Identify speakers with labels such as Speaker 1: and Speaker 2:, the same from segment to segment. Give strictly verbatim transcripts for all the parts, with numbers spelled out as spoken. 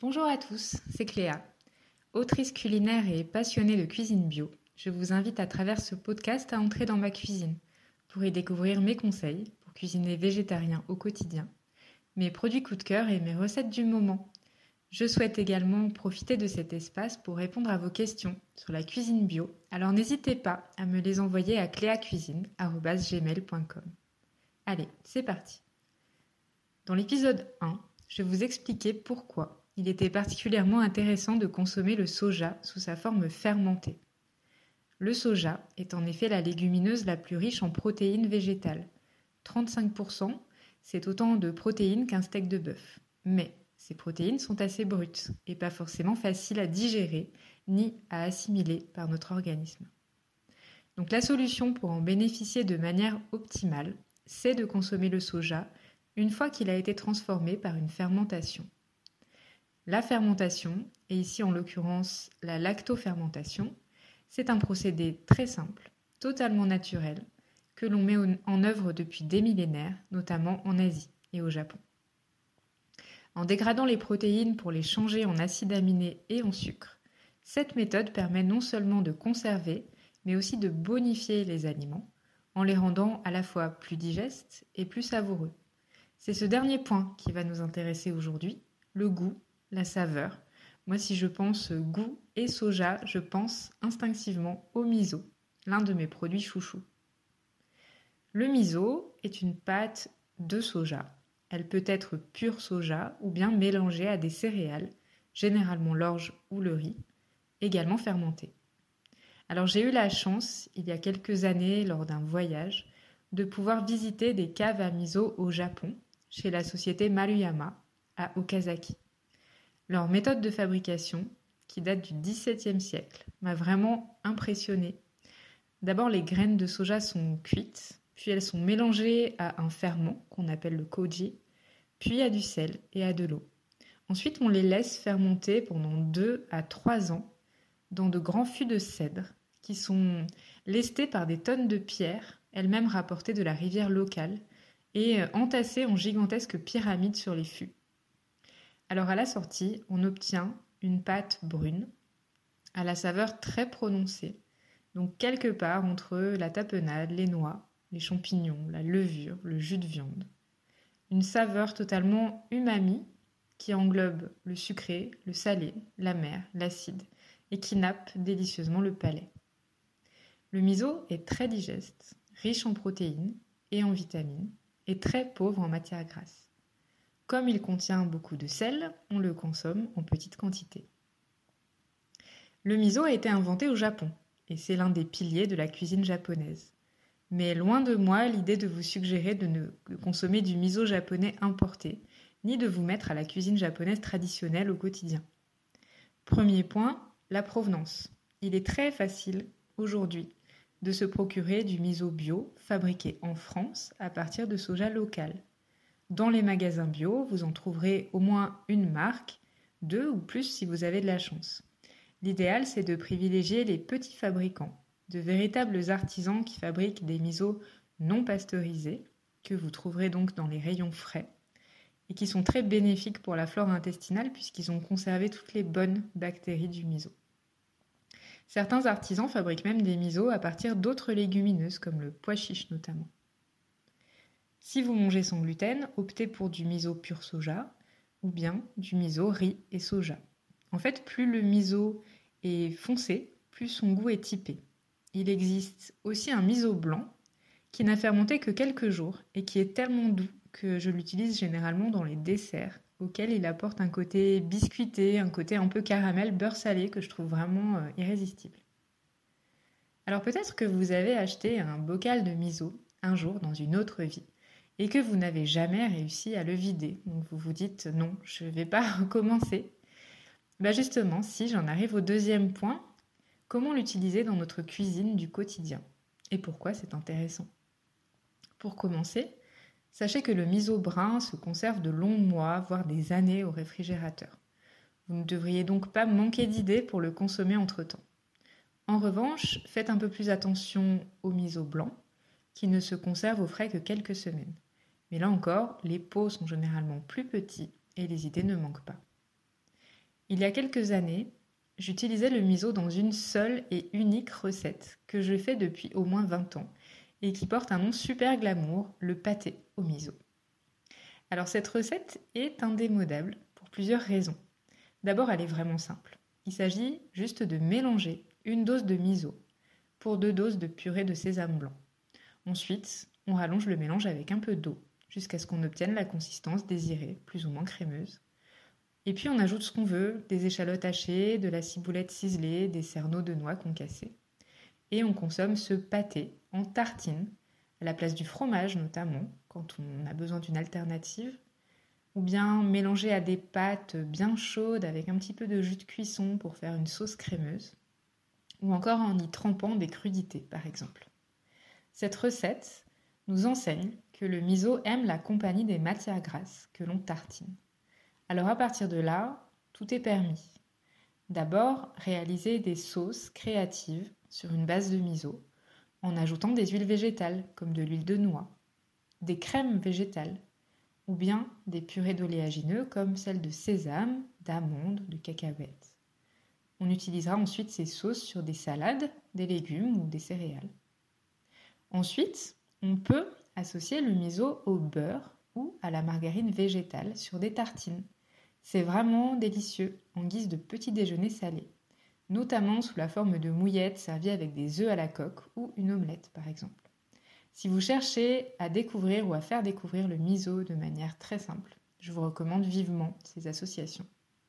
Speaker 1: Bonjour à tous, c'est Cléa. Autrice culinaire et passionnée de cuisine bio, je vous invite à travers ce podcast à entrer dans ma cuisine pour y découvrir mes conseils pour cuisiner végétarien au quotidien, mes produits coup de cœur et mes recettes du moment. Je souhaite également profiter de cet espace pour répondre à vos questions sur la cuisine bio, alors n'hésitez pas à me les envoyer à cléacuisine arobase gmail point com. Allez, c'est parti. Dans l'épisode un, je vais vous expliquer pourquoi il était particulièrement intéressant de consommer le soja sous sa forme fermentée. Le soja est en effet la légumineuse la plus riche en protéines végétales. trente-cinq pour cent, c'est autant de protéines qu'un steak de bœuf. Mais ces protéines sont assez brutes et pas forcément faciles à digérer ni à assimiler par notre organisme. Donc la solution pour en bénéficier de manière optimale, c'est de consommer le soja une fois qu'il a été transformé par une fermentation. La fermentation, et ici en l'occurrence la lactofermentation, c'est un procédé très simple, totalement naturel, que l'on met en œuvre depuis des millénaires, notamment en Asie et au Japon. En dégradant les protéines pour les changer en acides aminés et en sucre, cette méthode permet non seulement de conserver, mais aussi de bonifier les aliments, en les rendant à la fois plus digestes et plus savoureux. C'est ce dernier point qui va nous intéresser aujourd'hui, le goût, la saveur. Moi, si je pense goût et soja, je pense instinctivement au miso, l'un de mes produits chouchous. Le miso est une pâte de soja. Elle peut être pure soja ou bien mélangée à des céréales, généralement l'orge ou le riz, également fermentée. Alors j'ai eu la chance, il y a quelques années, lors d'un voyage, de pouvoir visiter des caves à miso au Japon, chez la société Maruyama, à Okazaki. Leur méthode de fabrication, qui date du dix-septième siècle, m'a vraiment impressionnée. D'abord, les graines de soja sont cuites, puis elles sont mélangées à un ferment qu'on appelle le koji, puis à du sel et à de l'eau. Ensuite, on les laisse fermenter pendant deux à trois ans dans de grands fûts de cèdre qui sont lestés par des tonnes de pierres, elles-mêmes rapportées de la rivière locale, et entassées en gigantesques pyramides sur les fûts. Alors à la sortie, on obtient une pâte brune, à la saveur très prononcée, donc quelque part entre la tapenade, les noix, les champignons, la levure, le jus de viande. Une saveur totalement umami qui englobe le sucré, le salé, l'amer, l'acide et qui nappe délicieusement le palais. Le miso est très digeste, riche en protéines et en vitamines et très pauvre en matières grasses. Comme il contient beaucoup de sel, on le consomme en petite quantité. Le miso a été inventé au Japon et c'est l'un des piliers de la cuisine japonaise. Mais loin de moi l'idée de vous suggérer de ne consommer du miso japonais importé, ni de vous mettre à la cuisine japonaise traditionnelle au quotidien. Premier point, la provenance. Il est très facile aujourd'hui de se procurer du miso bio fabriqué en France à partir de soja local. Dans les magasins bio, vous en trouverez au moins une marque, deux ou plus si vous avez de la chance. L'idéal, c'est de privilégier les petits fabricants, de véritables artisans qui fabriquent des misos non pasteurisés, que vous trouverez donc dans les rayons frais, et qui sont très bénéfiques pour la flore intestinale puisqu'ils ont conservé toutes les bonnes bactéries du miso. Certains artisans fabriquent même des misos à partir d'autres légumineuses, comme le pois chiche notamment. Si vous mangez sans gluten, optez pour du miso pur soja ou bien du miso riz et soja. En fait, plus le miso est foncé, plus son goût est typé. Il existe aussi un miso blanc qui n'a fermenté que quelques jours et qui est tellement doux que je l'utilise généralement dans les desserts auquel il apporte un côté biscuité, un côté un peu caramel, beurre salé que je trouve vraiment euh, irrésistible. Alors peut-être que vous avez acheté un bocal de miso un jour dans une autre vie et que vous n'avez jamais réussi à le vider. Donc vous vous dites non, je ne vais pas recommencer. Bah justement, si j'en arrive au deuxième point, comment l'utiliser dans notre cuisine du quotidien et pourquoi c'est intéressant. Pour commencer, sachez que le miso brun se conserve de longs mois, voire des années au réfrigérateur. Vous ne devriez donc pas manquer d'idées pour le consommer entre-temps. En revanche, faites un peu plus attention au miso blanc, qui ne se conserve au frais que quelques semaines. Mais là encore, les pots sont généralement plus petits et les idées ne manquent pas. Il y a quelques années, j'utilisais le miso dans une seule et unique recette que je fais depuis au moins vingt ans et qui porte un nom super glamour, le pâté au miso. Alors cette recette est indémodable pour plusieurs raisons. D'abord, elle est vraiment simple. Il s'agit juste de mélanger une dose de miso pour deux doses de purée de sésame blanc. Ensuite, on rallonge le mélange avec un peu d'eau jusqu'à ce qu'on obtienne la consistance désirée, plus ou moins crémeuse. Et puis on ajoute ce qu'on veut, des échalotes hachées, de la ciboulette ciselée, des cerneaux de noix concassés. Et on consomme ce pâté en tartine, à la place du fromage notamment, quand on a besoin d'une alternative, ou bien mélangé à des pâtes bien chaudes avec un petit peu de jus de cuisson pour faire une sauce crémeuse, ou encore en y trempant des crudités par exemple. Cette recette nous enseigne que le miso aime la compagnie des matières grasses que l'on tartine. Alors à partir de là, tout est permis. D'abord, réaliser des sauces créatives sur une base de miso en ajoutant des huiles végétales comme de l'huile de noix, des crèmes végétales ou bien des purées d'oléagineux comme celles de sésame, d'amandes, de cacahuètes. On utilisera ensuite ces sauces sur des salades, des légumes ou des céréales. Ensuite, on peut associer le miso au beurre ou à la margarine végétale sur des tartines. C'est vraiment délicieux en guise de petit déjeuner salé, notamment sous la forme de mouillettes servies avec des œufs à la coque ou une omelette par exemple. Si vous cherchez à découvrir ou à faire découvrir le miso de manière très simple, je vous recommande vivement ces associations.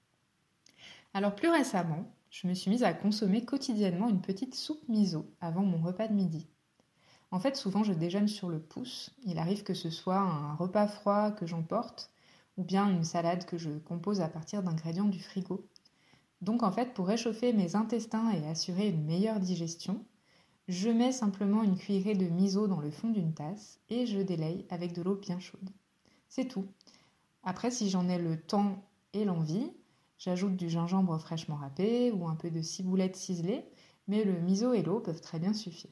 Speaker 1: Alors plus récemment, je me suis mise à consommer quotidiennement une petite soupe miso avant mon repas de midi. En fait, souvent je déjeune sur le pouce. Il arrive que ce soit un repas froid que j'emporte ou bien une salade que je compose à partir d'ingrédients du frigo. Donc en fait, pour réchauffer mes intestins et assurer une meilleure digestion, je mets simplement une cuillerée de miso dans le fond d'une tasse et je délaye avec de l'eau bien chaude. C'est tout. Après, si j'en ai le temps et l'envie, j'ajoute du gingembre fraîchement râpé ou un peu de ciboulette ciselée, mais le miso et l'eau peuvent très bien suffire.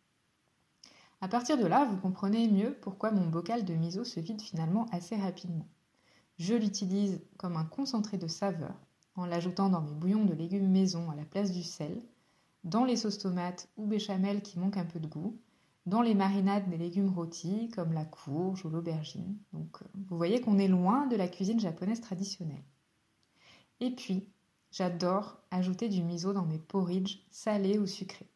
Speaker 1: À partir de là, vous comprenez mieux pourquoi mon bocal de miso se vide finalement assez rapidement. Je l'utilise comme un concentré de saveur en l'ajoutant dans mes bouillons de légumes maison à la place du sel, dans les sauces tomates ou béchamel qui manquent un peu de goût, dans les marinades des légumes rôtis comme la courge ou l'aubergine. Donc vous voyez qu'on est loin de la cuisine japonaise traditionnelle. Et puis, j'adore ajouter du miso dans mes porridge salés ou sucrés.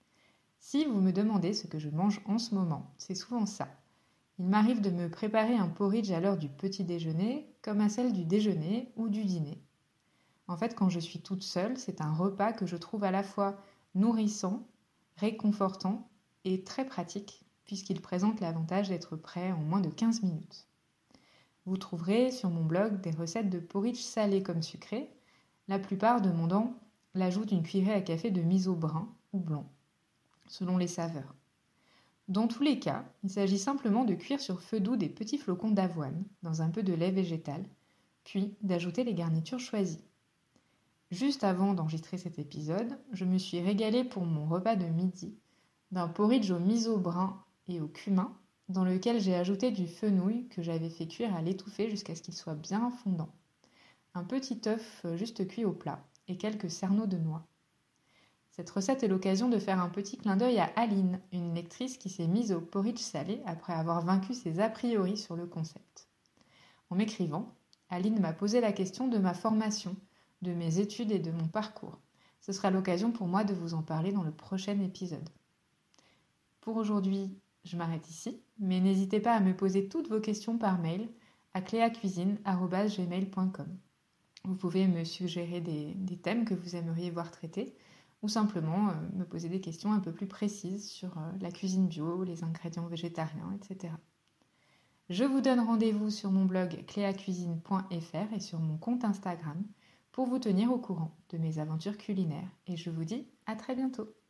Speaker 1: Si vous me demandez ce que je mange en ce moment, c'est souvent ça. Il m'arrive de me préparer un porridge à l'heure du petit déjeuner, comme à celle du déjeuner ou du dîner. En fait, quand je suis toute seule, c'est un repas que je trouve à la fois nourrissant, réconfortant et très pratique, puisqu'il présente l'avantage d'être prêt en moins de quinze minutes. Vous trouverez sur mon blog des recettes de porridge salé comme sucré. La plupart demandant l'ajout d'une cuillerée à café de miso brun ou blanc, selon les saveurs. Dans tous les cas, il s'agit simplement de cuire sur feu doux des petits flocons d'avoine dans un peu de lait végétal, puis d'ajouter les garnitures choisies. Juste avant d'enregistrer cet épisode, je me suis régalée pour mon repas de midi d'un porridge au miso brun et au cumin, dans lequel j'ai ajouté du fenouil que j'avais fait cuire à l'étouffée jusqu'à ce qu'il soit bien fondant, un petit œuf juste cuit au plat et quelques cerneaux de noix. Cette recette est l'occasion de faire un petit clin d'œil à Aline, une lectrice qui s'est mise au porridge salé après avoir vaincu ses a priori sur le concept. En m'écrivant, Aline m'a posé la question de ma formation, de mes études et de mon parcours. Ce sera l'occasion pour moi de vous en parler dans le prochain épisode. Pour aujourd'hui, je m'arrête ici, mais n'hésitez pas à me poser toutes vos questions par mail à cléacuisine arobase gmail point com. Vous pouvez me suggérer des, des thèmes que vous aimeriez voir traités ou simplement euh, me poser des questions un peu plus précises sur euh, la cuisine bio, les ingrédients végétariens, et cetera. Je vous donne rendez-vous sur mon blog cléacuisine point f r et sur mon compte Instagram pour vous tenir au courant de mes aventures culinaires et je vous dis à très bientôt.